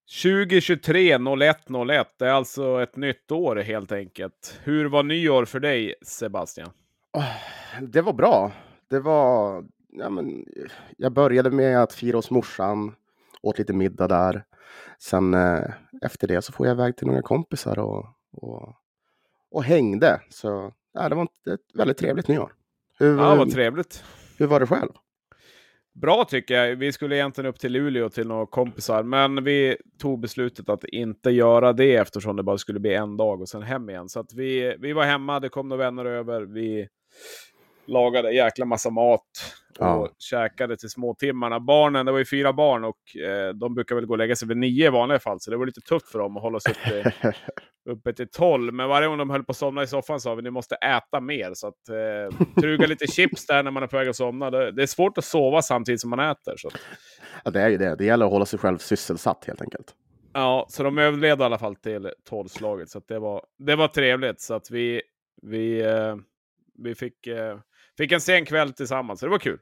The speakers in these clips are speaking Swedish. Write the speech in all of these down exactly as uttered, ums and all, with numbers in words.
tjugo tjugotre noll ett noll ett, det är alltså ett nytt år helt enkelt. Hur var nyår för dig, Sebastian? Det var bra. Det var, ja, men, jag började med att fira hos morsan, åt lite middag där. Sen eh, efter det så får jag iväg till några kompisar och, och, och hängde. Så ja, det var ett, ett väldigt trevligt nyår. Hur, Ja, vad trevligt. Hur var det själv? Bra tycker jag. Vi skulle egentligen upp till Luleå till några kompisar, men vi tog beslutet att inte göra det eftersom det bara skulle bli en dag och sen hem igen. Så att vi, vi var hemma, det kom några vänner över, vi lagade jäkla massa mat och Ja. käkade till småtimmarna. Barnen, det var ju fyra barn och eh, de brukar väl gå och lägga sig vid nio i vanliga fall, så det var lite tufft för dem att hålla sig uppe, uppe till tolv. Men varje gång de höll på att somna i soffan sa vi, ni måste äta mer. Så att eh, truga lite chips där när man är på väg att somna. Det, det är svårt att sova samtidigt som man äter. Så. Ja, det är ju det. Det gäller att hålla sig själv sysselsatt helt enkelt. Ja, så de överlevde i alla fall till tolvslaget. Så att det, var, det var trevligt. Så att vi, vi, eh, vi fick, eh, fick en sen kväll tillsammans. Så det var kul.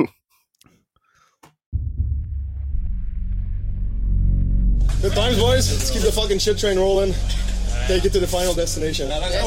Good times, boys. Let's keep the fucking shit train rolling. Take it to the final destination.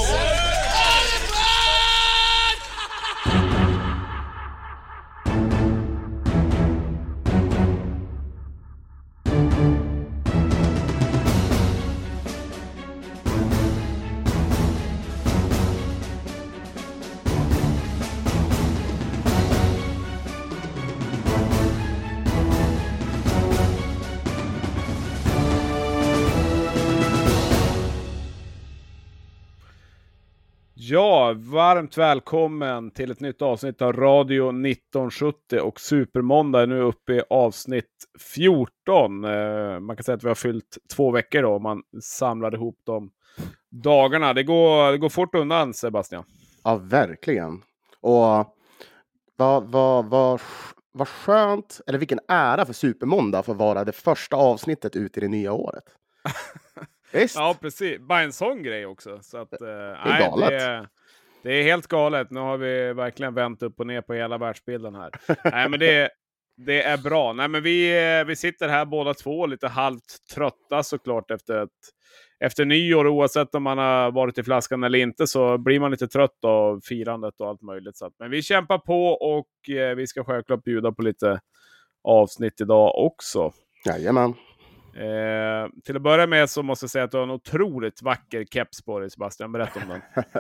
Ja, varmt välkommen till ett nytt avsnitt av Radio nitton sjuttio och Supermåndag är nu uppe i avsnitt fjorton. Eh, man kan säga att vi har fyllt två veckor då, om man samlar ihop de dagarna. Det går, det går fort undan, Sebastian. Ja, verkligen. Och vad, vad, vad, vad skönt, eller vilken ära för Supermåndag för att vara det första avsnittet ut i det nya året. Visst? Ja, precis. Bara en sån grej också. Så att, eh, det är nej, galet. Det är, det är helt galet. Nu har vi verkligen vänt upp och ner på hela världsbilden här. Nej, men det, det är bra. Nej, men vi, vi sitter här båda två lite halvt trötta såklart efter, ett, efter nyår. Oavsett om man har varit i flaskan eller inte så blir man lite trött av firandet och allt möjligt. Så att, men vi kämpar på och eh, vi ska självklart bjuda på lite avsnitt idag också. Jajamän. Eh, till att börja med så måste jag säga att du har en otroligt vacker keps på dig, Sebastian. Berätta om den.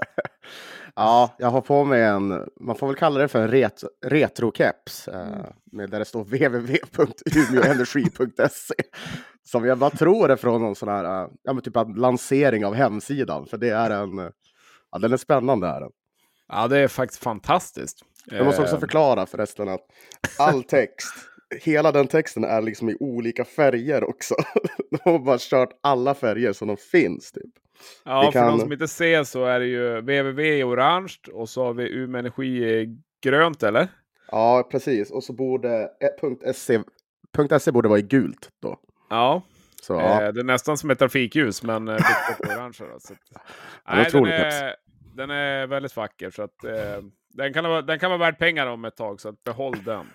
Ja, jag har på mig en, man får väl kalla det för en ret, retro-keps. Eh, med där det står w w w punkt umeå energi punkt se. Som jag bara tror är från någon sån här, uh, ja men typ en lansering av hemsidan. För det är en, uh, ja den är spännande här. Ja, det är faktiskt fantastiskt. Jag måste också förklara förresten att all text, hela den texten är liksom i olika färger också. De har bara kört alla färger som de finns typ. Ja, kan... för de som inte ser så är det ju www i orange och så har vi Umeå Energi i grönt, eller? Ja, precis. Och så borde .se, .se borde vara i gult då. Ja, så, ja. Eh, det är nästan som ett trafikljus, men eh, på orange. Då, så att... Nej, den, är, den är väldigt vacker, så att eh, den, kan vara, den kan vara värd pengar om ett tag, så att behåll den.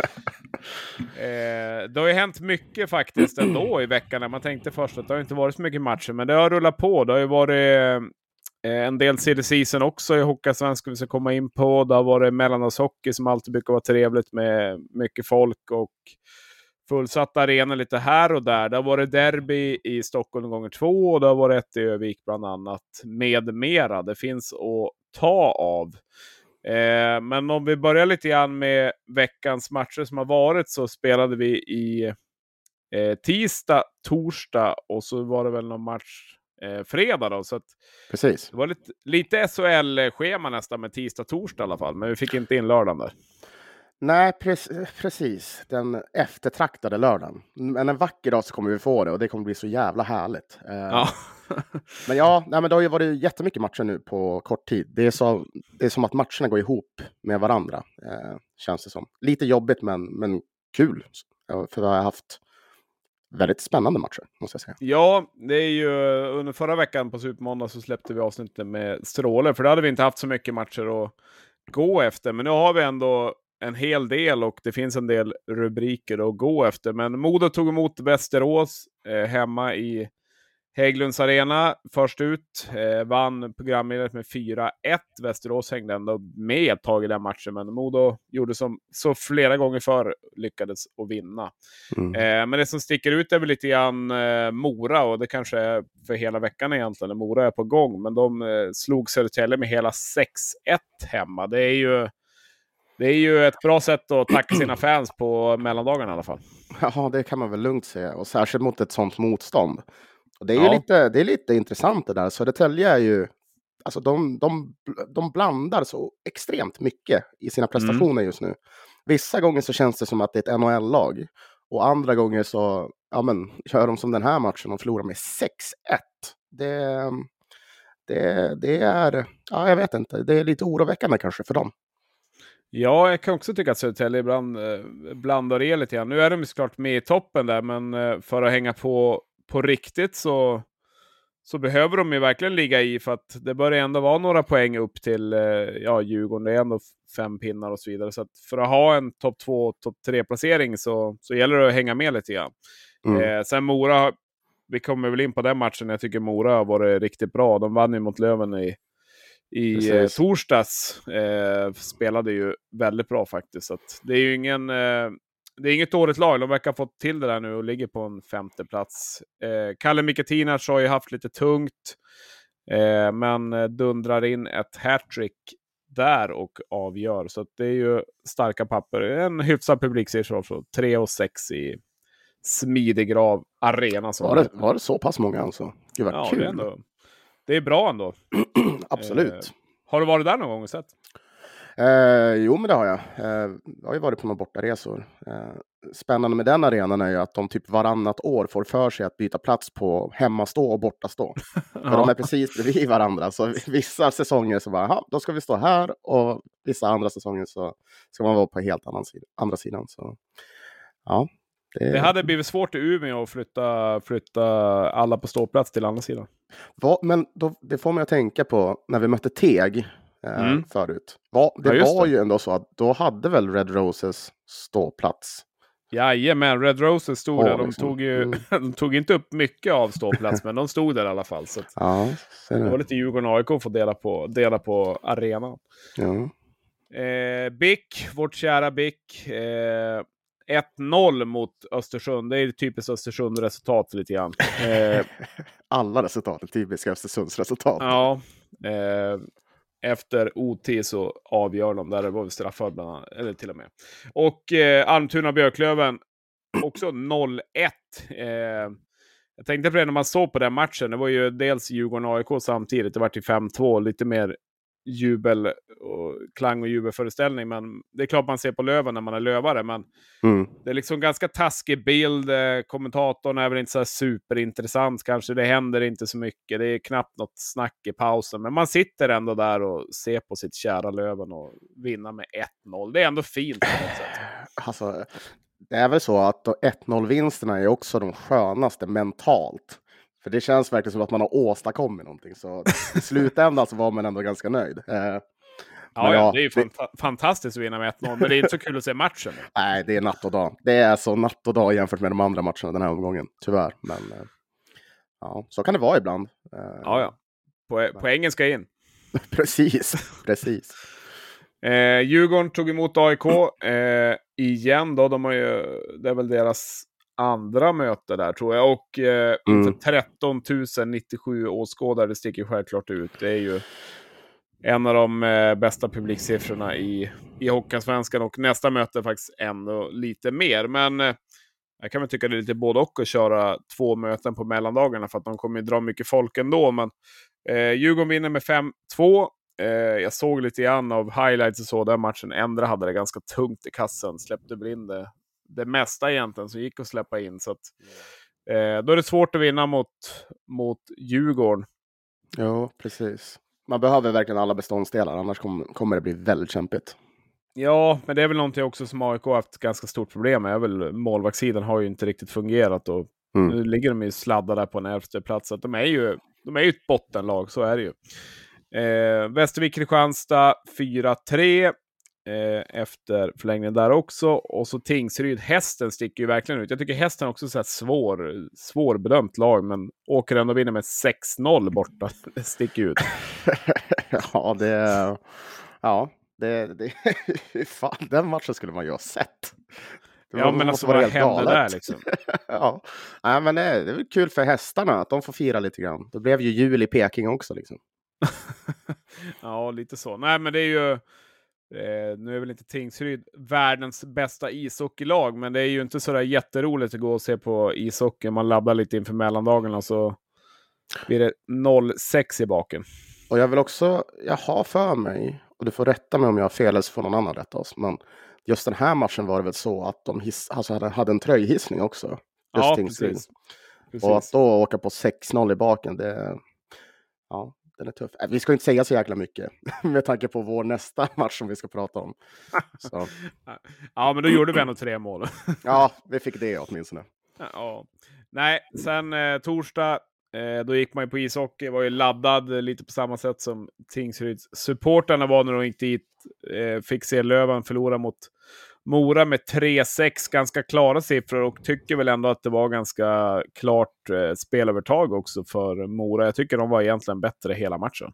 eh, det har ju hänt mycket faktiskt ändå i veckan. När man tänkte först att det har inte varit så mycket matcher, men det har rullat på. Det har ju varit eh, en del silly season också i Hockeyallsvenskan vi ska komma in på. Det har varit mellandagshockey som alltid brukar vara trevligt med mycket folk och fullsatta arenor lite här och där. Det har varit derby i Stockholm gånger två och det har varit ett i Övik bland annat med mera. Det finns att ta av. Eh, men om vi börjar lite grann med veckans matcher som har varit, så spelade vi i eh, tisdag, torsdag och så var det väl någon match eh, fredag då. Så att precis. Det var lite, lite S H L-schema nästan med tisdag, torsdag i alla fall. Men vi fick inte in lördagen där. Nej, pre- precis. Den eftertraktade lördagen. Men en vacker dag så kommer vi få det och det kommer bli så jävla härligt. Ja. men ja, nej, men det har ju varit jättemycket matcher nu på kort tid. Det är, så, det är som att matcherna går ihop med varandra, eh, känns det som. Lite jobbigt men, men kul. För vi har haft väldigt spännande matcher, måste jag säga. Ja, det är ju under förra veckan på Supermåndag så släppte vi avsnittet med Stråle. För då hade vi inte haft så mycket matcher att gå efter. Men nu har vi ändå en hel del och det finns en del rubriker att gå efter. Men Modo tog emot Västerås eh, hemma i Hägglunds arena. Först ut eh, vann programmet med fyra ett. Västerås hängde ändå med ett tag i den matchen, men Modo gjorde som så flera gånger förr, lyckades att vinna. Mm. Eh, men det som sticker ut är väl lite grann eh, Mora, och det kanske är för hela veckan egentligen. Mora är på gång, men de eh, slog Södertälje med hela sex ett hemma. Det är ju Det är ju ett bra sätt att tacka sina fans på mellandagarna i alla fall. Ja, det kan man väl lugnt säga. Och särskilt mot ett sånt motstånd. Och det är ju ja. lite, det är lite intressant det där. Södertälje är ju... Alltså de, de, de blandar så extremt mycket i sina prestationer mm. just nu. Vissa gånger så känns det som att det är ett N H L-lag. Och andra gånger så ja, men, gör de som den här matchen och förlorar med sex ett. Det, det, det är... Ja, jag vet inte. Det är lite oroväckande kanske för dem. Ja, jag kan också tycka att Södertälje ibland eh, blandar det lite grann. Nu är de såklart med i toppen där, men eh, för att hänga på, på riktigt så, så behöver de ju verkligen ligga i, för att det börjar ändå vara några poäng upp till eh, ja, Djurgården. Det är ändå fem pinnar och så vidare. Så att för att ha en topp två, topp tre placering så, så gäller det att hänga med lite grann. Mm. Eh, sen Mora, vi kommer väl in på den matchen. Jag tycker Mora har varit riktigt bra. De vann ju mot Löven i I eh, torsdags eh, spelade ju väldigt bra faktiskt. Så att det är ju ingen, eh, det är inget dåligt lag. De verkar ha fått till det där nu och ligger på en femte plats. Eh, Kalle Mikatinac har ju haft lite tungt, eh, men dundrar in ett hattrick där och avgör. Så att det är ju starka papper. En hyfsad publiksiffra också. tre och sex i Smidegrav arena. Var det, var det så pass många alltså? Gud vad ja, kul. Det är ändå... Det är bra ändå. Absolut. Eh, har du varit där någon gång och sett? Eh, jo, men det har jag. Eh, jag har ju varit på några bortaresor. Eh, spännande med den arenan är ju att de typ varannat år får för sig att byta plats på hemmastå och bortastå. För ja. De är precis bredvid varandra. Så vissa säsonger så bara, då ska vi stå här. Och vissa andra säsonger så ska man vara på helt annan sida, andra sidan. Så ja. Det... det hade blivit svårt i Umeå att flytta, flytta alla på ståplats till andra sidan. Va, men då, det får man att tänka på när vi mötte Teg eh, mm. förut. Va, det ja, var det. ju ändå så att då hade väl Red Roses ståplats. Jajamän, Red Roses stod där. De, liksom. tog ju, mm. de tog inte upp mycket av ståplats, men de stod där i alla fall. Så ja, det. det var lite Djurgården och A I K att få dela på, dela på arenan. Ja. Eh, B I C, vårt kära B I C. Eh, ett noll mot Östersund. Det är typiskt Östersund-resultat lite grann. Eh, Alla resultat är typiska Östersunds-resultat. Ja. Eh, efter O T så avgör de där. Det var väl straffar bland annat, eller till och med. Och eh, Almtuna-Björklöven också noll ett. Eh, jag tänkte på det när man såg på den matchen. Det var ju dels Djurgården och A I K samtidigt. Det var till fem två. Lite mer jubel och klang och jubelföreställning, men det är klart man ser på Löven när man är lövare, men mm. det är liksom ganska taskig bild. Kommentatorn är väl inte så superintressant kanske, det händer inte så mycket, det är knappt något snack i pausen, men man sitter ändå där och ser på sitt kära Löven och vinna med ett noll. Det är ändå fint på något sätt. Alltså, det är väl så att ett noll-vinsterna är också de skönaste mentalt. För det känns verkligen som att man har åstadkommit någonting. Så i slutändan så var man ändå ganska nöjd. Eh, ja, ja, det är ju fanta- det... fantastiskt att vinna med ett noll. Men det är inte så kul att se matchen. Nej, det är natt och dag. Det är så natt och dag jämfört med de andra matcherna den här omgången. Tyvärr. Men eh, ja, så kan det vara ibland. Eh, ja, ja. Po- poängen ska in. precis, precis. Eh, Djurgården tog emot A I K eh, igen då. De har ju, det är väl deras andra möte där tror jag, och eh, mm. tretton tusen nittiosju åskådare, det sticker självklart ut. Det är ju en av de eh, bästa publiksiffrorna i, i Hockeyallsvenskan, och nästa möte är faktiskt ännu lite mer, men eh, jag kan väl tycka det är lite både och att köra två möten på mellandagarna, för att de kommer ju dra mycket folk ändå, men eh, Djurgården vinner med fem två. eh, jag såg lite grann av highlights och så, den matchen Ändra hade det ganska tungt i kassen, släppte väl in det det mesta egentligen som gick att släppa in, så att eh, då är det svårt att vinna mot, mot Djurgården. Ja, precis. Man behöver verkligen alla beståndsdelar, annars kom, kommer det bli väldigt kämpigt. Ja, men det är väl någonting också som A I K har haft ganska stort problem med. Väl, målvaktssidan har ju inte riktigt fungerat, och mm. nu ligger de ju sladdar där på en elfte plats, så att de är ju de är ju ett bottenlag, så är det ju. Eh, Västervik Kristianstad fyra tre. eh, efter förlängningen där också. Och så Tingsryd. Hästen sticker ju verkligen ut. Jag tycker hästen också är så här svår, svårbedömt lag, men åker ändå vinner med sex noll borta. Det sticker ut. Ja, det... Ja, det... det fan, den matchen skulle man ju ha sett. Det ja, men alltså vad hände galet. Där liksom? Ja, nej, men det, det är väl kul för hästarna att de får fira lite grann. Det blev ju jul i Peking också liksom. Ja, lite så. Nej, men det är ju... Eh, nu är väl inte Tingsryd världens bästa ishockeylag, men det är ju inte så där jätteroligt att gå och se på ishockey. Man laddar lite inför mellandagarna så blir det noll sex i baken. Och jag vill också, jag har för mig, och du får rätta mig om jag har fel eller så får någon annan rätta oss, men just den här matchen var det väl så att de hiss, alltså hade, hade en tröjhissning också. Just ja, Tingsryd. precis. precis. Och att då åka på sex noll i baken, det, ja, den är tuff. Vi ska inte säga så jäkla mycket med tanke på vår nästa match som vi ska prata om. Så. Ja, men då gjorde vi ändå tre mål. Ja, vi fick det åtminstone. Ja. Nej, sen eh, torsdag, eh, då gick man ju på ishockey, var ju laddad eh, lite på samma sätt som Tingsryds supportarna var när de gick dit. Eh, fick se Löven förlora mot Mora med tre sex, ganska klara siffror, och tycker väl ändå att det var ganska klart eh, spelövertag också för Mora. Jag tycker de var egentligen bättre hela matchen.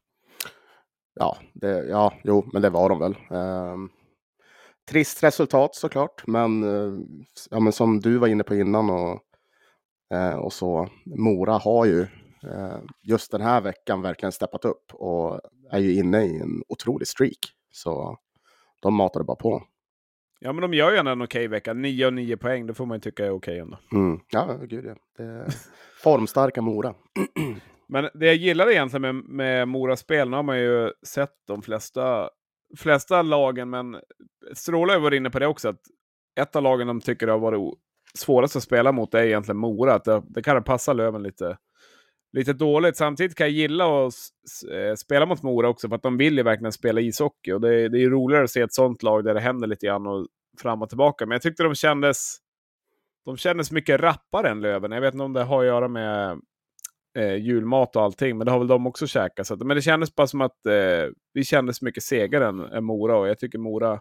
Ja, det, ja jo, men det var de väl. Um, trist resultat såklart, men, uh, ja, men som du var inne på innan och, uh, och så, Mora har ju uh, just den här veckan verkligen steppat upp och är ju inne i en otrolig streak. Så de matade bara på. Ja, men de gör ju en okej vecka. nio och nio poäng, det får man ju tycka är okej ändå. Mm. Ja, gud ja. Det är formstarka Mora. Men det jag gillar egentligen med, med Moras spel, nu har man ju sett de flesta, flesta lagen, men Stråla har varit inne på det också, att ett av lagen de tycker det har varit svårast att spela mot är egentligen Mora. Att det, det kan passa Löven lite, lite dåligt. Samtidigt kan jag gilla att s- spela mot Mora också, för att de vill ju verkligen spela ishockey. Och det, det är ju roligare att se ett sånt lag där det händer lite grann och fram och tillbaka. Men jag tyckte de kändes, de kändes mycket rappare än Löven. Jag vet inte om det har att göra med eh, julmat och allting, men det har väl de också käkat. Så att, men det kändes bara som att eh, vi kändes mycket segare än, än Mora, och jag tycker Mora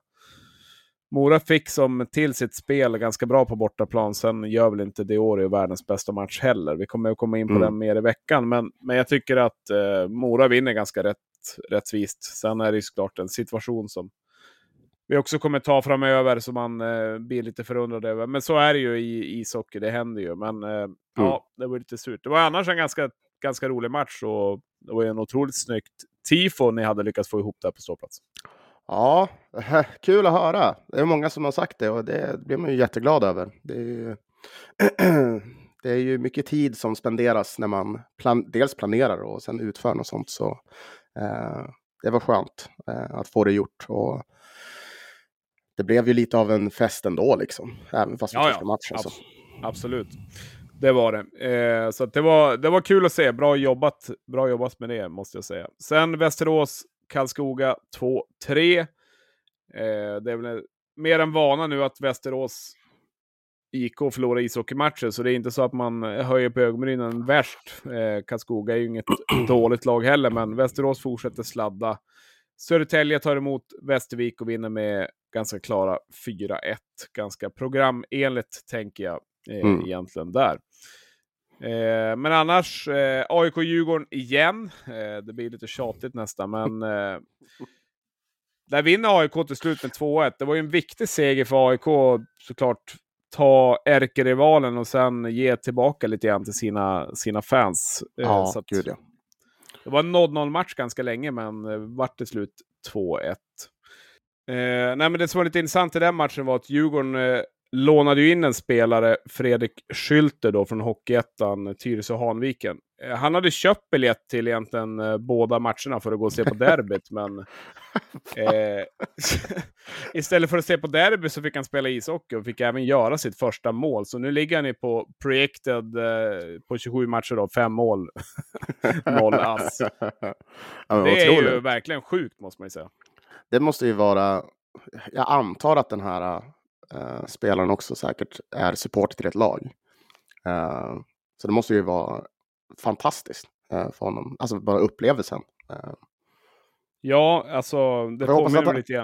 Mora fick som till sitt spel ganska bra på bortaplan. Sen gör väl inte det år i världens bästa match heller. Vi kommer att komma in på mm. den mer i veckan. Men, men jag tycker att eh, Mora vinner ganska rätt, rättvist. Sen är det ju såklart en situation som vi också kommer ta framöver, som man eh, blir lite förundrad över. Men så är det ju i ishockey, det händer ju. Men eh, mm. ja, det var lite surt. Det var annars en ganska, ganska rolig match, och det var en otroligt snyggt tifo ni hade lyckats få ihop där på ståplats. Ja, kul att höra. Det är många som har sagt det, och det blir man ju jätteglad över. Det är ju, det är ju mycket tid som spenderas när man plan- dels planerar och sen utför och sånt. Så eh, det var skönt eh, att få det gjort. Och det blev ju lite av en fest ändå liksom. Även fast ja, första ja. matchen. Abs- så. Absolut. Det var det. Eh, så att det, var, det var kul att se. Bra jobbat, bra jobbat med det, måste jag säga. Sen Västerås, Karlskoga två tre. Eh, det är väl mer än vana nu att Västerås I K förlorar ishockeymatcher, så det är inte så att man höjer på ögonbrynen värst. Eh, Karlskoga är ju inget dåligt lag heller, men Västerås fortsätter sladda. Södertälje tar emot Västervik och vinner med ganska klara fyra ett. Ganska programenligt, tänker jag eh, mm. egentligen där. Eh, men annars, eh, A I K-Djurgården igen. Eh, det blir lite tjatigt nästan, men eh, där vinner A I K till slut med två ett. Det var ju en viktig seger för A I K, såklart. Ta ärkerivalen och sen ge tillbaka lite grann till sina, sina fans. Eh, ja, så att, gud ja. Det var en noll noll match ganska länge, men eh, vart till slut två ett. Eh, nej, men det som var lite intressant i den matchen var att Djurgården eh, lånade ju in en spelare, Fredrik Schülter då, från Hockeyettan, Tyresö Hanviken. Eh, han hade köpt biljett till egentligen eh, båda matcherna för att gå och se på derbyt, men eh, istället för att se på derby så fick han spela ishockey och fick även göra sitt första mål. Så nu ligger han ju på projected eh, på tjugosju matcher då, fem mål, noll ass. Ja, det är ju verkligen sjukt, måste man ju säga. Det måste ju vara, jag antar att den här Uh, spelaren också säkert är support till ett lag. Uh, så det måste ju vara fantastiskt uh, för honom. Alltså bara upplevelsen. Uh. Ja, alltså det påminner mig lite grann.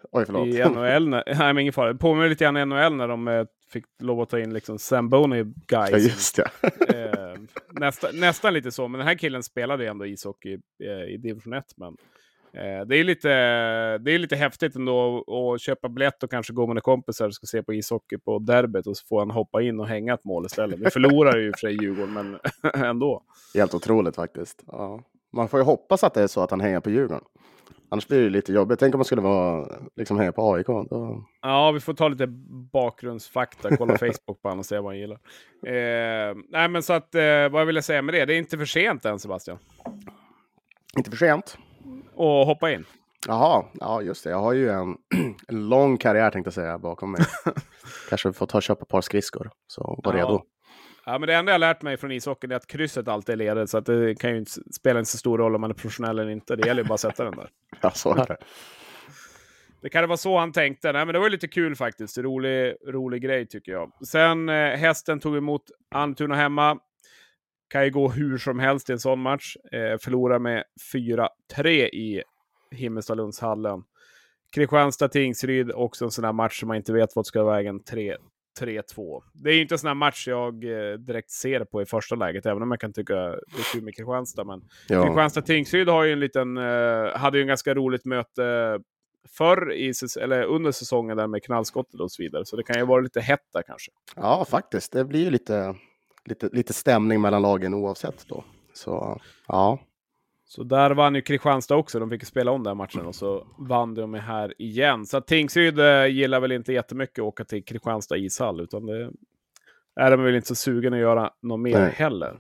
Oj, förlåt. I N H L. När, nej, men ingen fara. Det påminner lite grann N H L när de eh, fick lov att ta in liksom Zamboni guys. Ja, just det. eh, nästa, nästan lite så. Men den här killen spelade ju ändå ishockey eh, i division ett. Men eh, det är lite det är lite häftigt ändå att köpa biljett och kanske gå med en kompisar och ska se på ishockey på derbyt och så får han hoppa in och hänga ett mål istället. Vi förlorar ju för sig Djurgården, men ändå. Helt otroligt faktiskt. Ja. Man får ju hoppas att det är så att han hänger på Djurgården. Annars blir det lite jobbigt. Tänk om man skulle vara liksom hänga på A I K. Då... Ja, vi får ta lite bakgrundsfakta. Kolla Facebook på honom och se vad han gillar. Eh, nej, men så att eh, vad jag ville säga med det. Det är inte för sent än, Sebastian. Inte för sent. Och hoppa in. Jaha, ja just det. Jag har ju en, en lång karriär tänkte jag säga bakom mig. Kanske får ta och köpa ett par skridskor. Så var ja. redo. Ja, men det enda jag lärt mig från ishockeyn är att krysset alltid är ledigt. Så att det kan ju inte spela en så stor roll om man är professionell eller inte. Det gäller ju bara att sätta den där. Ja, så är det. Det kan vara så han tänkte. Nej, men det var lite kul faktiskt. Rolig, rolig grej tycker jag. Sen eh, hästen tog emot Almtuna hemma. Kan ju gå hur som helst i en sån match. Eh, förlorar med fyra tre i Himmelstalundshallen. Kristianstad Tingsryd också en sån här match som man inte vet vad ska vägen tre två. Det är ju inte en sån här match jag eh, direkt ser på i första läget, även om jag kan tycka det är kul med Kristianstad. Men ja. Kristianstad Tingsryd har ju en liten, eh, hade ju en ganska roligt möte förr i, eller under säsongen där med knallskottet och så vidare. Så det kan ju vara lite hett där kanske. Ja, faktiskt. Det blir ju lite, lite, lite stämning mellan lagen oavsett då. Så ja. Så där vann ju Kristianstad också. De fick spela om den matchen och så vann de här igen. Så Tingsryd gillar väl inte jättemycket att åka till Kristianstad ishall, utan det är de väl inte så sugen att göra något mer Nej. heller.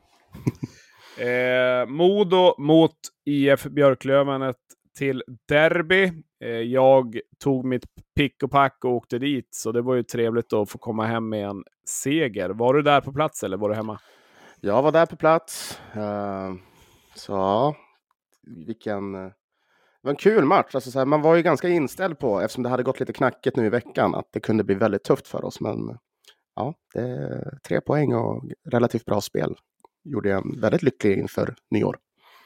eh, Modo mot I F Björklöven ett till derby. Eh, jag tog mitt pick och pack och åkte dit, så det var ju trevligt att få komma hem med en seger. Var du där på plats eller var du hemma? Jag var där på plats. Uh, så ja. Vilken, det var en kul match. Alltså så här, man var ju ganska inställd på, eftersom det hade gått lite knackigt nu i veckan, att det kunde bli väldigt tufft för oss. Men ja, det är tre poäng och relativt bra spel. Gjorde jag väldigt lycklig inför nyår.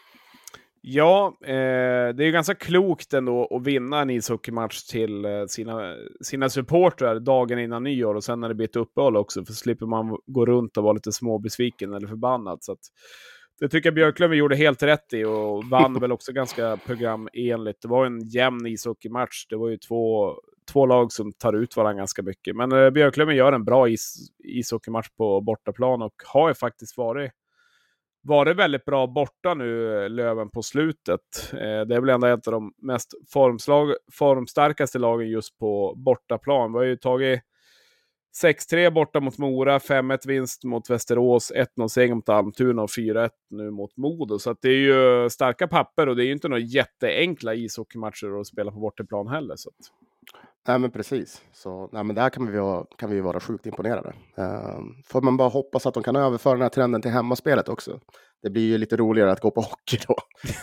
Ja, eh, det är ju ganska klokt ändå att vinna en ishockeymatch till eh, sina, sina supportrar dagen innan nyår, och sen när det blir ett uppehåll också, för slipper man gå runt och vara lite småbesviken eller förbannad. Så att det tycker jag Björklöven gjorde helt rätt i, och vann väl också ganska programenligt. Det var en jämn ishockeymatch. Det var ju två, två lag som tar ut varandra ganska mycket. Men eh, Björklöven gör en bra is, ishockeymatch på bortaplan och har ju faktiskt varit, varit väldigt bra borta nu, Löven, på slutet. Eh, det är väl ändå ett av de mest formslag, formstarkaste lagen just på bortaplan. Vi har ju tagit sex tre borta mot Mora, fem ett vinst mot Västerås, ett noll seger mot Almtuna och fyra ett nu mot Modo. Så att det är ju starka papper, och det är ju inte några jätteenkla ishockeymatcher att spela på bortaplan heller. Så att... Nej, men precis. Så, nej, men där kan vi, vara, kan vi vara sjukt imponerade. Uh, får man bara hoppas att de kan överföra den här trenden till hemmaspelet också. Det blir ju lite roligare att gå på hockey då.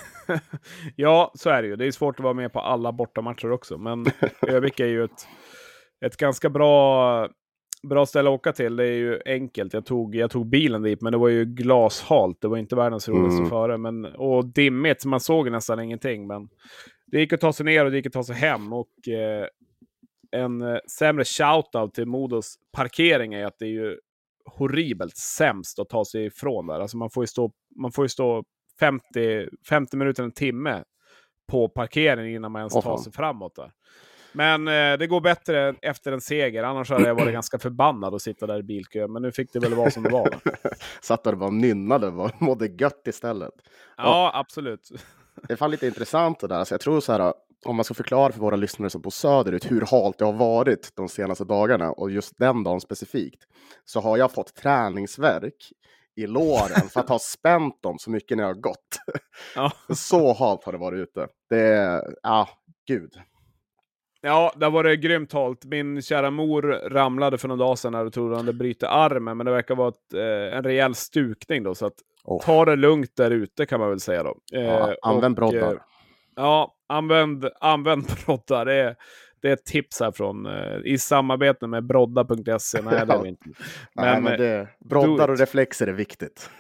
Ja, så är det ju. Det är svårt att vara med på alla bortamatcher också. Men Övik är ju ett, ett ganska bra... Bra ställe att åka till. Det är ju enkelt. Jag tog, jag tog bilen dit, men det var ju glashalt. Det var inte världens roligaste mm. före. Men, och dimmigt, man såg nästan ingenting. Men det gick att ta sig ner och det gick att ta sig hem. Och eh, en eh, sämre shoutout till Modos parkering är att det är ju horribelt sämst att ta sig ifrån där. Alltså man får ju stå, man får ju stå femtio, femtio minuter, en timme på parkeringen innan man ens oh, tar sig framåt där. Men eh, det går bättre efter en seger. Annars hade jag varit ganska förbannad att sitta där i bilkö. Men nu fick det väl vara som det var. Satt där och bara nynnade och mådde gött istället. Ja, och absolut. Det är fan lite intressant det där. Så jag tror så här, om man ska förklara för våra lyssnare som på söderut hur halt det har varit de senaste dagarna, och just den dagen specifikt, så har jag fått träningsverk i låren för att ha spänt dem så mycket när jag har gått. Ja. Så halt har det varit ute. Det är, ja, gud. Ja, där var det grymt halt. Min kära mor ramlade för några dagar sedan när du trodde att han bryter armen. Men det verkar vara ett, eh, en rejäl stukning då. Så att oh. ta det lugnt där ute kan man väl säga då. Eh, ja, använd broddar. Eh, ja, använd, använd broddar. Det är, det är ett tips här från eh, i samarbete med brodda punkt se. Nej, det är inte. Men, Nej, men det, broddar och reflexer är viktigt.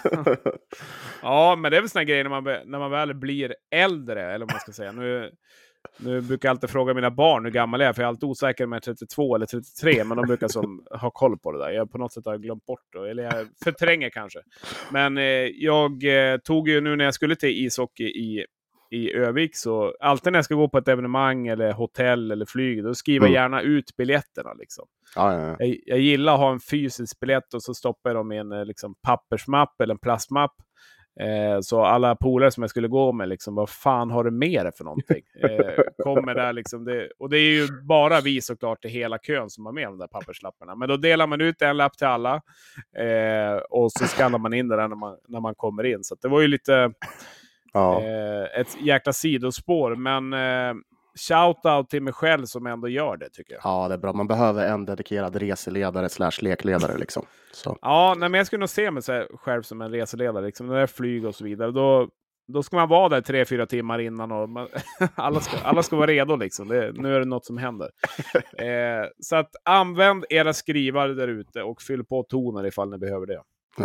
Ja, men det är väl såna grejer när man, när man väl blir äldre, eller vad man ska säga. Nu Nu brukar jag alltid fråga mina barn hur gammal jag är, för jag är alltid osäker om jag är trettiotvå eller trettiotre, men de brukar som ha koll på det där. Jag på något sätt har glömt bort det, eller jag förtränger kanske. Men eh, jag eh, tog ju nu när jag skulle till ishockey i, i Övik, så alltid när jag ska gå på ett evenemang eller hotell eller flyg, då skriver jag gärna ut biljetterna liksom. Ja, ja, ja. Jag, jag gillar att ha en fysisk biljett och så stoppar jag dem i en liksom, pappersmapp eller en plastmapp. Eh, så alla polare som jag skulle gå med, liksom, vad fan har du med det för någonting? Eh, kommer där liksom, det, och det är ju bara vi såklart i hela kön som har med de där papperslapparna. Men då delar man ut en lapp till alla eh, och så skannar man in det där när man, när man kommer in. Så det var ju lite Ja. eh, ett jäkla sidospår, men eh, shout-out till mig själv som ändå gör det, tycker jag. Ja, det är bra. Man behöver en dedikerad reseledare slash lekledare liksom. Så. Ja, nej, men jag skulle nog se mig själv som en reseledare. Liksom, när det är flyg och så vidare. Då, då ska man vara där tre, fyra timmar innan. Och man, alla, ska, alla ska vara redo. Liksom. Det, nu är det något som händer. Eh, så att använd era skrivare där ute och fyll på toner ifall ni behöver det. Ja.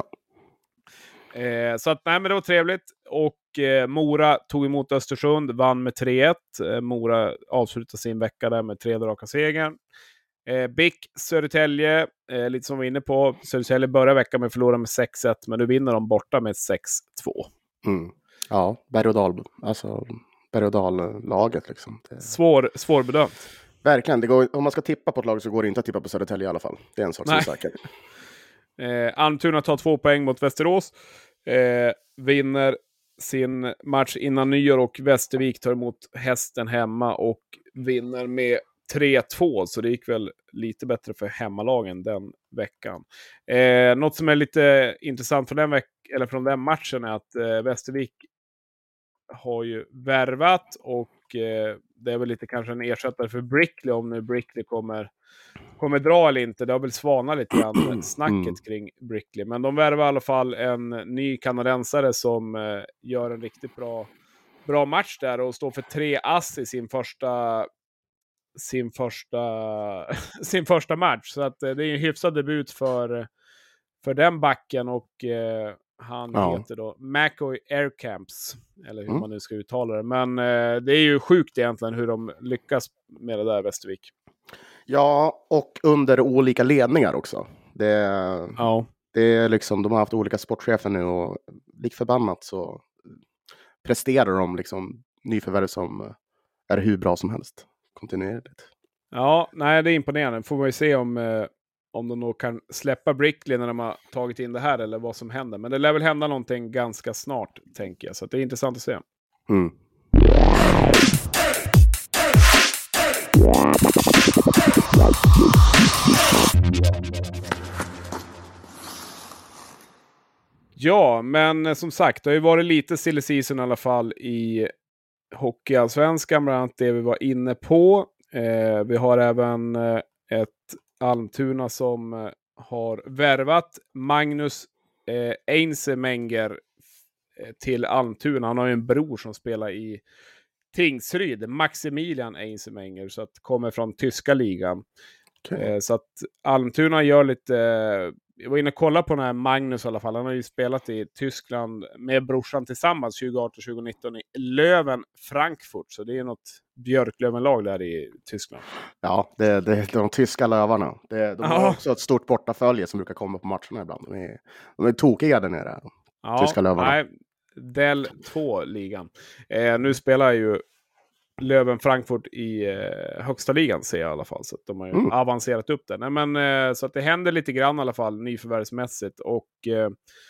Eh, så att, nej, men det var trevligt. Och eh, Mora tog emot Östersund, vann med tre ett. Eh, Mora avslutade sin vecka där med tre raka segern. Eh, B I C Södertälje, eh, lite som vi var inne på. Södertälje börjar veckan med att förlora med sex ett, men nu vinner de borta med sex två. Mm. Ja, berg och dal, alltså berg och dal-laget liksom. Det... Svår, svårbedömt. Verkligen, det går, om man ska tippa på ett lag så går det inte att tippa på Södertälje i alla fall. Det är en sak som är säker. Eh, Almtuna tar två poäng mot Västerås. Eh, vinner sin match innan nyår och Västervik tar emot Hästen hemma och vinner med tre två, så det gick väl lite bättre för hemmalagen den veckan. Eh, något som är lite intressant från den, veck- eller från den matchen är att eh, Västervik har ju värvat och eh, det är väl lite kanske en ersättare för Brickley, om nu Brickley kommer, kommer dra eller inte. Det har väl svanat lite grann snacket kring Brickley. Men de värvar i alla fall en ny kanadensare som eh, gör en riktigt bra, bra match där och står för tre ass i sin första sin första sin första match. Så att eh, det är en hyfsad debut för, för den backen och eh, han ja. heter då McCoy Aircamps, eller hur mm. man nu ska uttala det. Men eh, det är ju sjukt egentligen hur de lyckas med det där, Västervik. Ja, och under olika ledningar också. Det, ja. det är liksom, de har haft olika sportchefer nu och likförbannat så presterar de liksom nyförvärv som är hur bra som helst. Kontinuerligt. Ja, nej, det är imponerande. Får man ju se om, eh, om de nog kan släppa Brickley när de har tagit in det här eller vad som händer. Men det lär väl hända någonting ganska snart, tänker jag. Så det är intressant att se. Mm. Ja, men som sagt, det har ju varit lite silly season i alla fall i Hockeyallsvenskan, bland annat det vi var inne på. Eh, vi har även eh, ett Almtuna som eh, har värvat Magnus eh, Einsemenger eh, till Almtuna. Han har ju en bror som spelar i Tingsryd, Maximilian Einsemenger, så att kommer från tyska ligan. Okay. Eh, så att Almtuna gör lite... Eh, jag var inne och kollade på den här Magnus i alla fall. Han har ju spelat i Tyskland med brorsan tillsammans tjugo arton tjugo nitton i Löwen Frankfurt. Så det är något Björklövenlag där i Tyskland. Ja, det, det är de tyska lövarna. Det, de har ja. också ett stort bortafölje som brukar komma på matcherna ibland. De är, de är tokiga där nere. Ja, tyska lövarna. Nej, del två-ligan. Eh, nu spelar ju Löwen Frankfurt i eh, högsta ligan, ser jag i alla fall. Så att de har ju mm. avancerat upp där. Nej, men, eh, så att det händer lite grann i alla fall nyförvärvsmässigt. Och eh,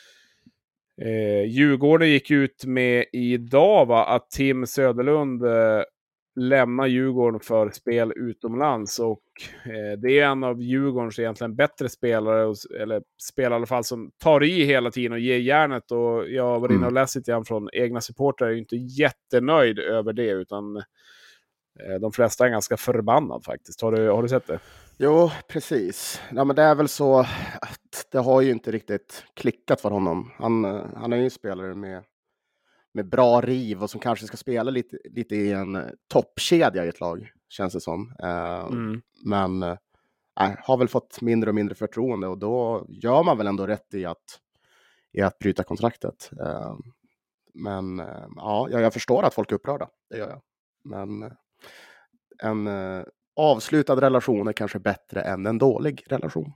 eh, Djurgården gick ut med idag va, att Tim Söderlund eh, lämnar Djurgården för spel utomlands. Och eh, det är en av Djurgårdens egentligen bättre spelare, eller spelare i alla fall, som tar i hela tiden och ger järnet. Och jag var inne och läste lite grann från egna supportrar, är ju inte jättenöjd över det, utan eh, de flesta är ganska förbannad faktiskt. Har du, har du sett det? Jo, precis. Ja, men det är väl så att det har ju inte riktigt klickat för honom. Han, han är ju en spelare med med bra riv och som kanske ska spela lite, lite i en toppkedja i ett lag, känns det som. Uh, mm. Men uh, har väl fått mindre och mindre förtroende och då gör man väl ändå rätt i att, i att bryta kontraktet. Uh, men uh, ja, jag förstår att folk är upprörda, det gör jag. Men uh, en uh, avslutad relation är kanske bättre än en dålig relation.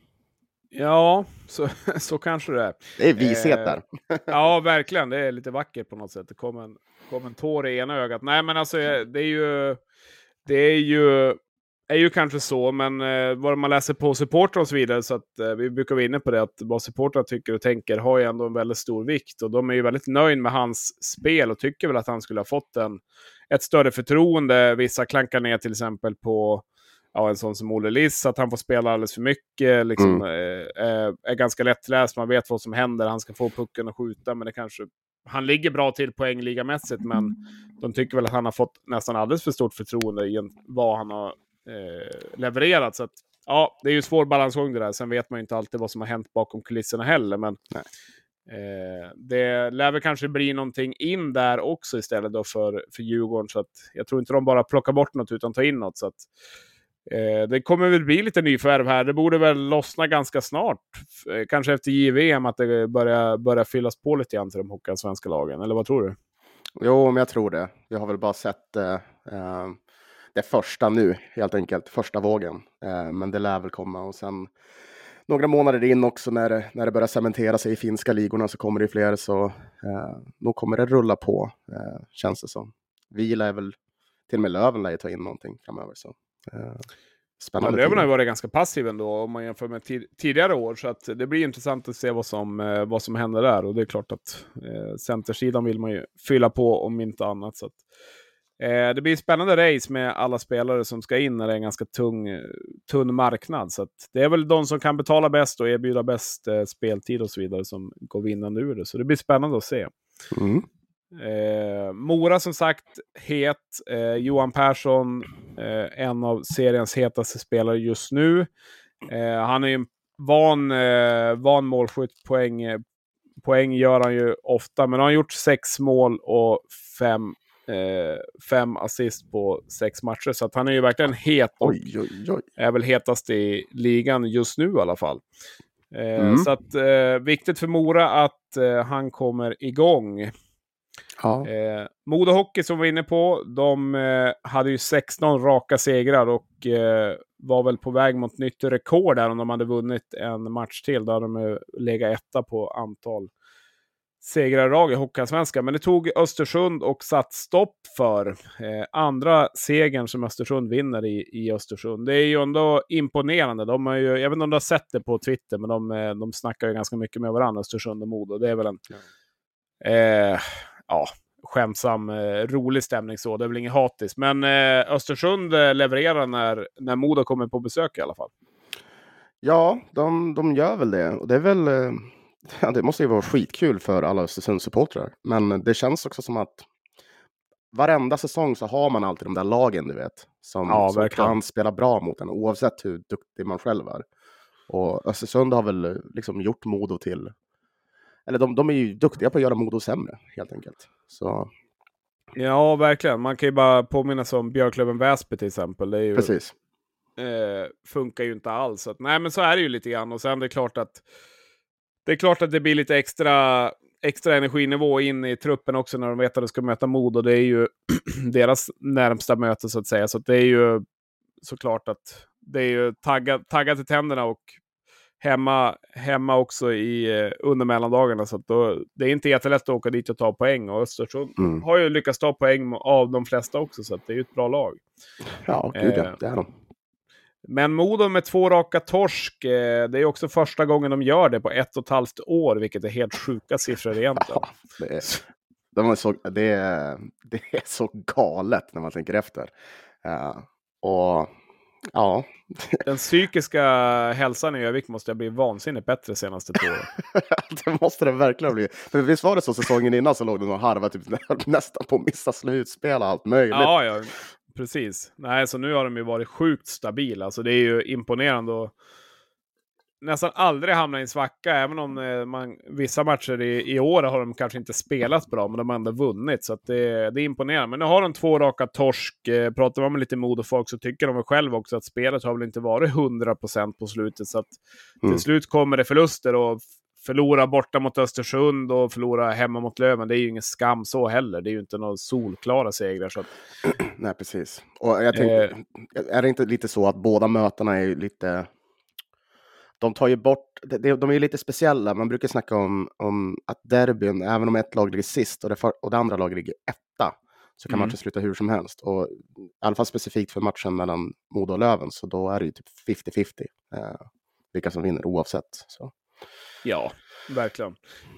Ja, så, så kanske det är. Det är vishet eh, där. Ja, verkligen. Det är lite vackert på något sätt. Det kom en, kom en tår i ena ögat. Nej, men alltså det är ju... Det är ju... är ju kanske så, men eh, vad man läser på supportrar och så vidare, så att eh, vi brukar vara inne på det, att vad supportrar tycker och tänker har ju ändå en väldigt stor vikt, och de är ju väldigt nöjda med hans spel och tycker väl att han skulle ha fått en, ett större förtroende. Vissa klankar ner till exempel på ja, en sån som Olle Liss, att han får spela alldeles för mycket, liksom, Mm. eh, är ganska lättläst, man vet vad som händer, han ska få pucken och skjuta, men det kanske, han ligger bra till poängligamässigt, men de tycker väl att han har fått nästan alldeles för stort förtroende i vad han har Eh, levererat, så att ja, det är ju svår balansgång det där. Sen vet man ju inte alltid vad som har hänt bakom kulisserna heller, men eh, det lär väl kanske bli någonting in där också istället då för, för Djurgården, så att jag tror inte de bara plockar bort något utan tar in något, så att eh, det kommer väl bli lite nyförvärv här. Det borde väl lossna ganska snart, eh, kanske efter J V M, att det börjar, börjar fyllas på lite grann till de hockeyallsvenska lagen, eller vad tror du? Jo, men jag tror det. Vi har väl bara sett eh, eh, det första nu, helt enkelt. Första vågen. Eh, men det lär väl komma. Och sen några månader in också, när det, när det börjar cementera sig i finska ligorna, så kommer det fler. Så eh, då kommer det rulla på, eh, känns det som. Vi lär väl, till och med Löven lär ju ta in någonting framöver. Så, eh, spännande. Ja, Löven har ju varit ganska passiv ändå om man jämför med tid- tidigare år, så att det blir intressant att se vad som, eh, vad som händer där, och det är klart att eh, centersidan vill man ju fylla på om inte annat, så att eh, det blir spännande race med alla spelare som ska in när det är en ganska tung, tunn marknad, så att det är väl de som kan betala bäst och erbjuda bäst eh, speltid och så vidare som går vinnande ur det, så det blir spännande att se. Mm. Eh, Mora som sagt het, eh, Johan Persson eh, en av seriens hetaste spelare just nu. eh, han är ju en van, eh, van målskytt, poäng, poäng gör han ju ofta, men han har gjort sex mål och fem, eh, fem assist på sex matcher, så att han är ju verkligen het och Oj, oj, oj. är väl hetast i ligan just nu i alla fall. eh, Mm. Så att eh, viktigt för Mora att eh, han kommer igång. Ja. Eh, Modo Hockey som vi var inne på, de eh, hade ju sexton raka segrar och eh, var väl på väg mot nytt rekord där om de hade vunnit en match till. Då hade de eh, legat etta på antal segrar i rad i Hockeyallsvenskan. Men det tog Östersund och satt stopp för eh, andra segern som Östersund vinner i, i Östersund. Det är ju ändå imponerande. De har ju, jag vet inte om du har sett det på Twitter, men de, eh, de snackar ju ganska mycket med varandra, Östersund och Modo. Det är väl en... Eh, ja, skämtsam, eh, rolig stämning så. Det är väl inget hatiskt. Men eh, Östersund eh, levererar när, när Modo kommer på besök i alla fall. Ja, de, de gör väl det. Och det är väl... Eh, ja, det måste ju vara skitkul för alla Östersund-supportrar. Men det känns också som att varenda säsong så har man alltid de där lagen, du vet. Som, Ja, som verkligen. kan spela bra mot en, oavsett hur duktig man själv är. Och Östersund har väl liksom gjort Modo till... Eller de, de är ju duktiga på att göra Modo sämre, helt enkelt. Så... Ja, verkligen. Man kan ju bara påminna sig om Björklöven Väsby till exempel. Det är ju, Precis. eh, funkar ju inte alls. Så att, nej, men så är det ju lite grann. Och sen det är klart att det är klart att det blir lite extra, extra energinivå in i truppen också när de vet att de ska möta Modo. Det är ju deras närmsta möte så att säga. Så att det är ju såklart att det är ju taggat, taggat i tänderna och hemma, hemma också i eh, under mellandagarna, så att då, det är inte jättelätt att åka dit och ta poäng, och Östersund Mm. har ju lyckats ta poäng av de flesta också, så att det är ju ett bra lag. Ja, gud ja, Eh, det är de. Men Modo med två raka torsk, eh, det är också första gången de gör det på ett och ett halvt år, vilket är helt sjuka siffror egentligen. Ja, det, är, de är så, det, är, det är så galet när man tänker efter. Uh, och ja... Den psykiska hälsan i Övik måste ha blivit vansinnigt bättre senaste två åren. Det måste det verkligen bli. För visst var det så säsongen innan så låg de och harva typ nästan på att missa slutspel och allt möjligt. Ja, ja, precis. Nej, så nu har de ju varit sjukt stabila. Alltså det är ju imponerande och nästan aldrig hamnat i en svacka, även om eh, man, vissa matcher i, i år har de kanske inte spelat bra, men de har ändå vunnit, så att det, det är imponerande. Men nu har de två raka torsk. Eh, pratar man med lite Modo-folk så tycker de väl själv också att spelet har väl inte varit hundra procent på slutet, så att Mm. till slut kommer det förluster, och förlora borta mot Östersund och förlora hemma mot Löven, det är ju ingen skam så heller. Det är ju inte några solklara segrar. Så att... Nej, precis. Och jag tänkte, eh... är det inte lite så att båda mötena är lite... De tar ju bort, de är ju lite speciella. Man brukar snacka om, om att derbyn, även om ett lag ligger sist och det, för, och det andra laget ligger etta, så kan mm. matchen sluta hur som helst. Och i alla fall specifikt för matchen mellan Modo och Löven, så då är det ju typ femtio femtio eh, vilka som vinner oavsett. Så. Ja, verkligen.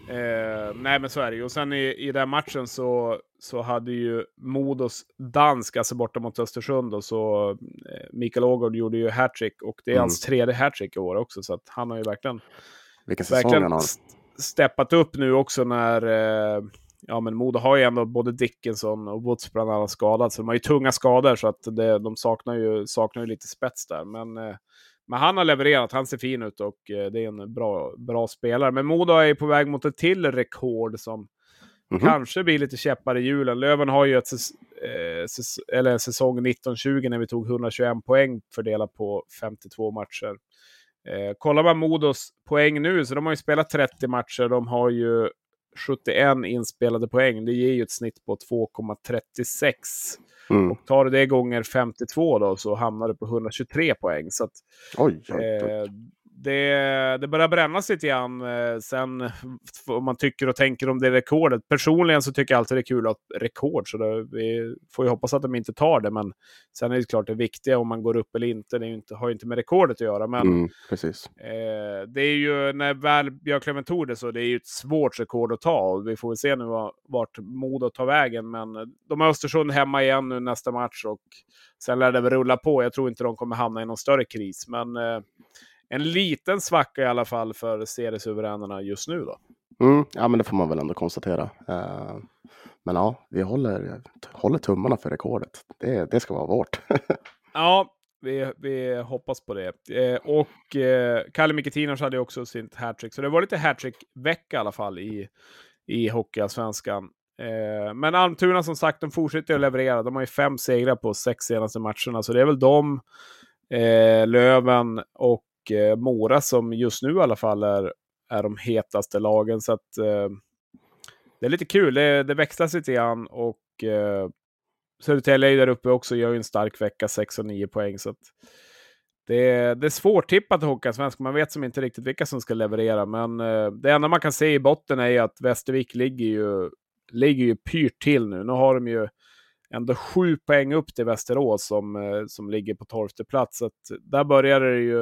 Eh, nej, men så är det ju. Och sen i, i den matchen så, så hade ju Modos dansk, alltså borta mot Östersund, och så eh, Mikael Ågård gjorde ju hattrick, och det är mm. hans tredje hattrick i år också, så att han har ju verkligen, verkligen st- steppat upp nu också när eh, ja, men Modo har ju ändå både Dickinson och Woods bland annat skadat, så de har ju tunga skador, så att det, de saknar ju, saknar ju lite spets där, men eh, Men han har levererat, han ser fin ut, och eh, det är en bra, bra spelare. Men Modo är på väg mot ett till rekord som mm-hmm. kanske blir lite käppar i hjulen. Löven har ju ett säs- eh, säs- eller säsong nitton tjugo när vi tog etthundratjugoett poäng fördelat på femtiotvå matcher. Eh, kollar man Modos poäng nu, så de har ju spelat trettio matcher. De har ju sjuttioett inspelade poäng. Det ger ju ett snitt på två komma trettiosex. Mm. Och tar det gånger femtiotvå då, så hamnar det på etthundratjugotre poäng. Så att, oj, oj, oj. Eh, det, det börjar brännas lite grann. Eh, sen om man tycker och tänker om det rekordet. Personligen så tycker jag alltid det är kul att rekord. Så det, vi får ju hoppas att de inte tar det. Men sen är det klart det viktiga om man går upp eller inte. Det är ju inte, har ju inte med rekordet att göra. Men mm, precis. Eh, det är ju, när väl Björklöven tog det, så det är ju ett svårt rekord att ta. Och vi får se nu vart Modo tar vägen. Men de har Östersund hemma igen nu nästa match. Och sen lär det väl rulla på. Jag tror inte de kommer hamna i någon större kris. Men eh, en liten svacka i alla fall för seriesuveränerna just nu då. Mm, ja, men det får man väl ändå konstatera. Uh, men ja, vi håller, håller tummarna för rekordet. Det, det ska vara vårt. Ja, vi, vi hoppas på det. Eh, och eh, Kalle Miketinos hade också sin hattrick. Så det var lite hattrick-vecka i alla fall i, i Hockeyallsvenskan. Eh, men Almtuna som sagt, de fortsätter att leverera. De har ju fem segrar på sex senaste matcherna. Så det är väl de, eh, Löven och eh, Mora som just nu i alla fall är, är de hetaste lagen. Så att eh, det är lite kul. Det, det växlas lite grann. Och eh, Södertälje där uppe också gör ju en stark vecka, sex och nio poäng. Så att det, är, det är svårtippat i Hockeyallsvenskan. Man vet som inte riktigt vilka som ska leverera. Men eh, det enda man kan se i botten är att Västervik ligger ju, ligger ju pyrt till nu. Nu har de ju ändå sju poäng upp till Västerås som, eh, som ligger på tolfte plats. Så att där börjar det ju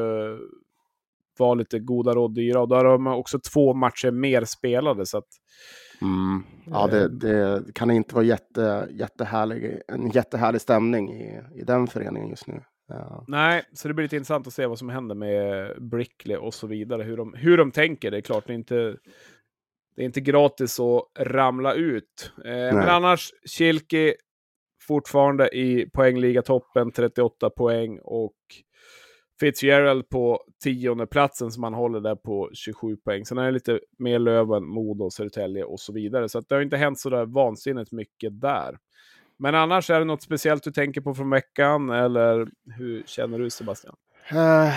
vara lite goda råd dyra. Och där har man också två matcher mer spelade. Så att Mm. Ja, det, det kan inte vara jätte, jättehärlig, en jättehärlig stämning i, i den föreningen just nu. Ja. Nej, så det blir lite intressant att se vad som händer med Brickley och så vidare. Hur de, hur de tänker. Det är klart, det är inte, det är inte gratis att ramla ut. Eh, men annars, Kilke fortfarande i poängligatoppen, trettioåtta poäng, och Fitzgerald på tionde platsen som man håller där på tjugosju poäng. Sen är det lite mer Löven, Modo, Södertälje och så vidare. Så att det har inte hänt så där vansinnigt mycket där. Men annars, är det något speciellt du tänker på från veckan? Eller hur känner du, Sebastian? Uh,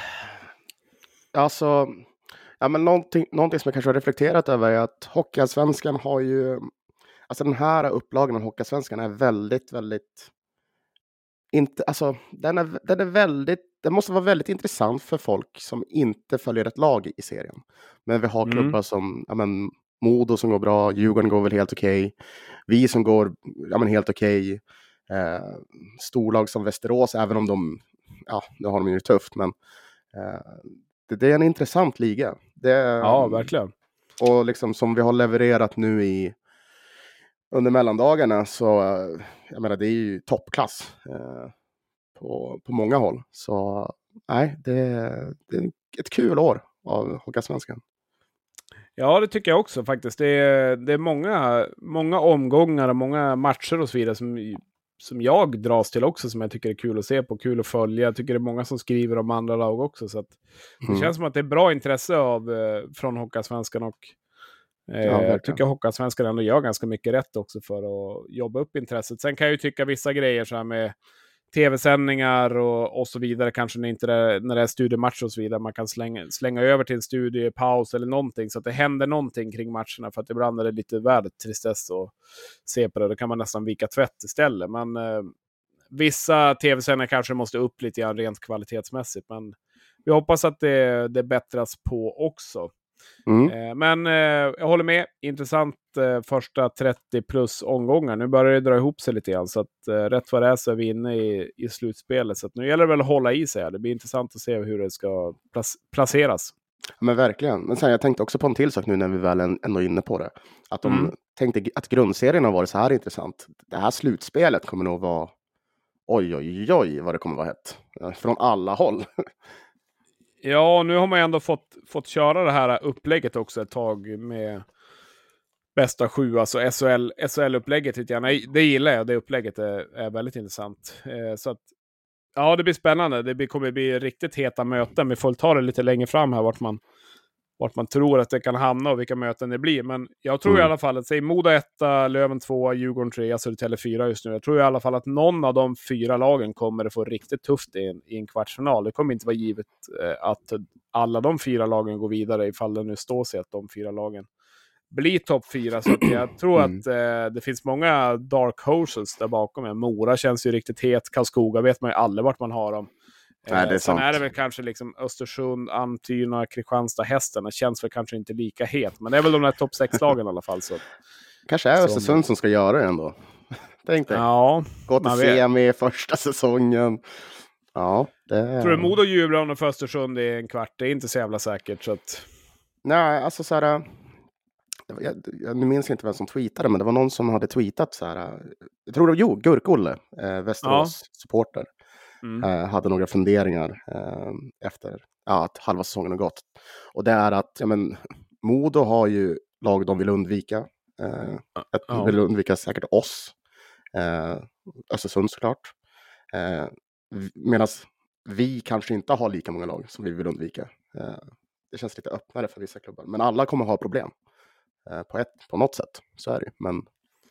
alltså, ja, men någonting, någonting som jag kanske har reflekterat över är att Hockeyallsvenskan har ju... Alltså den här upplagan av Hockeyallsvenskan är väldigt, väldigt... Inte, alltså, den är, den är väldigt, det måste vara väldigt intressant för folk som inte följer ett lag i serien. Men vi har mm. klubbar som ja, men, Modo som går bra, Djurgården går väl helt okej. Okay. Vi som går ja, men, helt okej. Okay. Eh, storlag som Västerås, även om de, ja, nu har de ju tufft, men eh, det, det är en intressant liga. Det, ja, verkligen. Och liksom som vi har levererat nu i under mellandagarna, så jag menar, det är ju toppklass eh, på, på många håll. Så nej, det, det är ett kul år av Hockeyallsvenskan. Ja, det tycker jag också faktiskt. Det är, det är många, många omgångar och många matcher och så vidare som, som jag dras till också, som jag tycker är kul att se på, kul att följa. Jag tycker det är många som skriver om andra lag också. Så att det mm. känns som att det är bra intresse av, från Hockeyallsvenskan, och Ja, jag tycker att Hockeyallsvenskan ändå gör ganska mycket rätt också för att jobba upp intresset. Sen kan jag ju tycka vissa grejer så här med tv-sändningar och, och så vidare. Kanske när, inte det, när det är studiematcher och så vidare. Man kan slänga, slänga över till en studiepaus eller någonting. Så att det händer någonting kring matcherna. För att ibland är det lite värdet tristess att se på det. Då kan man nästan vika tvätt istället. Men eh, vissa tv-sändningar kanske måste upp lite grann rent kvalitetsmässigt. Men vi hoppas att det, det bättras på också. Mm. Eh, men eh, jag håller med. Intressant eh, första trettio plus omgångar. Nu börjar det dra ihop sig lite grann. Så att eh, rätt vad det är så är vi inne i, i slutspelet. Så att nu gäller det väl att hålla i sig. Det blir intressant att se hur det ska plac- placeras. Men verkligen. Men sen, jag tänkte också på en till sak nu när vi väl ändå är inne på det. Att de Mm. tänkte att grundserien har varit så här intressant. Det här slutspelet kommer nog vara oj, oj, oj vad det kommer vara hett. Från alla håll. Ja, nu har man ju ändå fått, fått köra det här upplägget också ett tag med bästa sju, alltså S H L, S H L-upplägget lite grann. Det gillar jag, det upplägget är, är väldigt intressant. Eh, så att, ja, det blir spännande. Det blir, kommer bli riktigt heta möten. Vi får ta det lite längre fram här vart man, vart man tror att det kan hamna och vilka möten det blir. Men jag tror Mm. i alla fall att, säg Moda etta, Löven två, Djurgården tre, Södertälje fyra just nu. Jag tror i alla fall att någon av de fyra lagen kommer att få riktigt tufft i en, i en kvartsfinal. Det kommer inte vara givet eh, att alla de fyra lagen går vidare ifall det nu står sig att de fyra lagen blir topp fyra. Så att jag tror Mm. att eh, det finns många dark horses där bakom. Mora känns ju riktigt het. Karlskoga vet man ju aldrig vart man har dem. Nej, det är Sen sant. är det väl kanske liksom Östersund, Almtuna, Kristianstad, Hästen. Det känns väl kanske inte lika het. Men det är väl de där topp sex-lagen i alla fall. Så. Kanske är Som- Östersund som ska göra det ändå. Tänk dig. Ja, Gå till man vet. semi första säsongen. Ja, det är... tror du Modo jublar om de för Östersund i en kvart? Det är inte så jävla säkert. Så att... Nej, alltså så här... Jag, jag nu minns inte vem som tweetade, men det var någon som hade tweetat så här. Jag tror det var, jo, Gurk-Olle, eh, Västerås-supporter. Mm. Eh, hade några funderingar eh, efter ja, att halva säsongen har gått. Och det är att ja, men, Modo har ju lag de vill undvika. Eh, att de Ja. vill undvika säkert oss. Eh, Östersund såklart. Eh, Medan vi kanske inte har lika många lag som vi vill undvika. Eh, det känns lite öppnare för vissa klubbar. Men alla kommer ha problem. Eh, på, ett, på något sätt. Så är det. Men,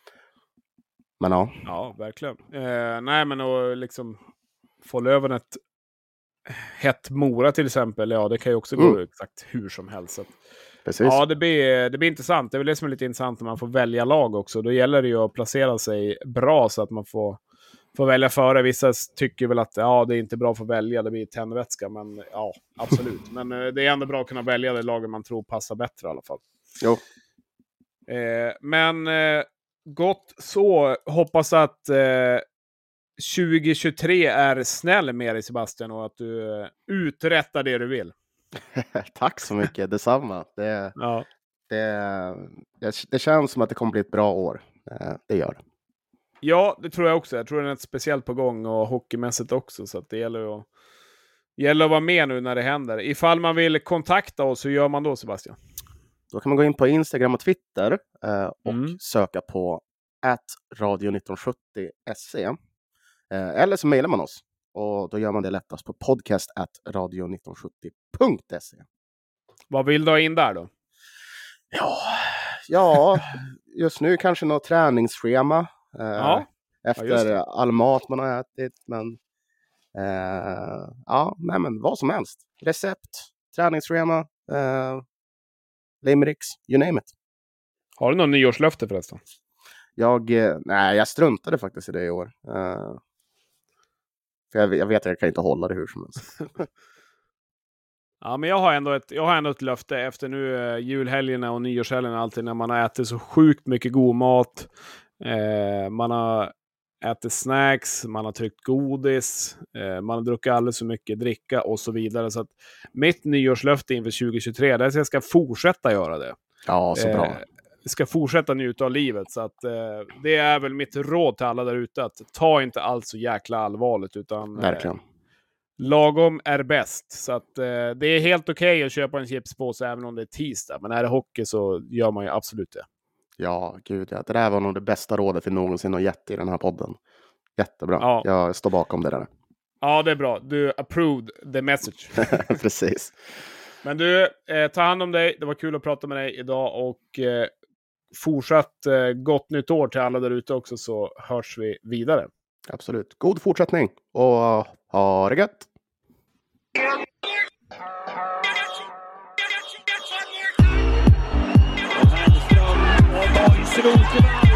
men ja. Ja, verkligen. Eh, nej, men och liksom få Löven ett hett Mora till exempel. Ja, det kan ju också gå Mm. exakt hur som helst. Så att, Precis. ja, det blir, det blir intressant. Det är väl det som är lite intressant när man får välja lag också. Då gäller det ju att placera sig bra så att man får, får välja före. Vissa tycker väl att ja, det är inte bra för att välja. Det blir tändvätska. Men ja, absolut. Men eh, det är ändå bra att kunna välja det laget man tror passar bättre i alla fall. Jo. Eh, men eh, gott så. Hoppas att eh, tjugo tjugotre är snäll med dig Sebastian och att du eh, uträttar det du vill. Tack så mycket. Detsamma. Det, Ja. det, det, det känns som att det kommer bli ett bra år. Eh, Det gör det. Ja, det tror jag också. Jag tror det är något speciellt på gång och hockeymässigt också. Så att det gäller att, gäller att vara med nu när det händer. Ifall man vill kontakta oss, hur gör man då Sebastian? Då kan man gå in på Instagram och Twitter eh, och Mm. söka på at radio nitton sjuttio se. Eh, eller så mejlar man oss. Och då gör man det lättast på podcast at radio nitton sjuttio punkt se. Vad vill du ha in där då? Ja, ja, just nu kanske något träningsschema. Eh, Ja. efter Ja, just det. all mat man har ätit. Men eh, ja, nej men vad som helst. Recept, träningsschema, eh, limericks, you name it. Har du någon nyårslöfte förresten? Jag, eh, nej, jag struntade faktiskt i det i år. Eh, för jag, jag vet att jag kan inte hålla det hur som helst. Ja, men jag har ändå ett, jag har ändå ett löfte efter nu eh, julhelgerna och nyårshelgerna alltid när man har ätit så sjukt mycket god mat. Eh, man har ätit snacks, man har tryckt godis, eh, man har druckit alldeles för mycket dricka och så vidare. Så att mitt nyårslöfte inför tjugo tjugotre är att jag ska fortsätta göra det. Ja, så bra. Eh, ska fortsätta njuta av livet. Så att, eh, det är väl mitt råd till alla där ute att ta inte allt så jäkla allvarligt utan eh, Verkligen. lagom är bäst. Så att eh, det är helt okej okay att köpa en chipspåse även om det är tisdag. Men är det hockey så gör man ju absolut det. Ja, gud ja. Det där var nog det bästa rådet vi någonsin har gett i den här podden. Jättebra. Ja. Jag står bakom det där. Ja, det är bra. Du approved the message. Precis. Men du, eh, ta hand om dig. Det var kul att prata med dig idag. Och eh, fortsatt eh, gott nytt år till alla där ute också så hörs vi vidare. Absolut. God fortsättning och ha det gött! Och Hellström och Borgs Rosenberg.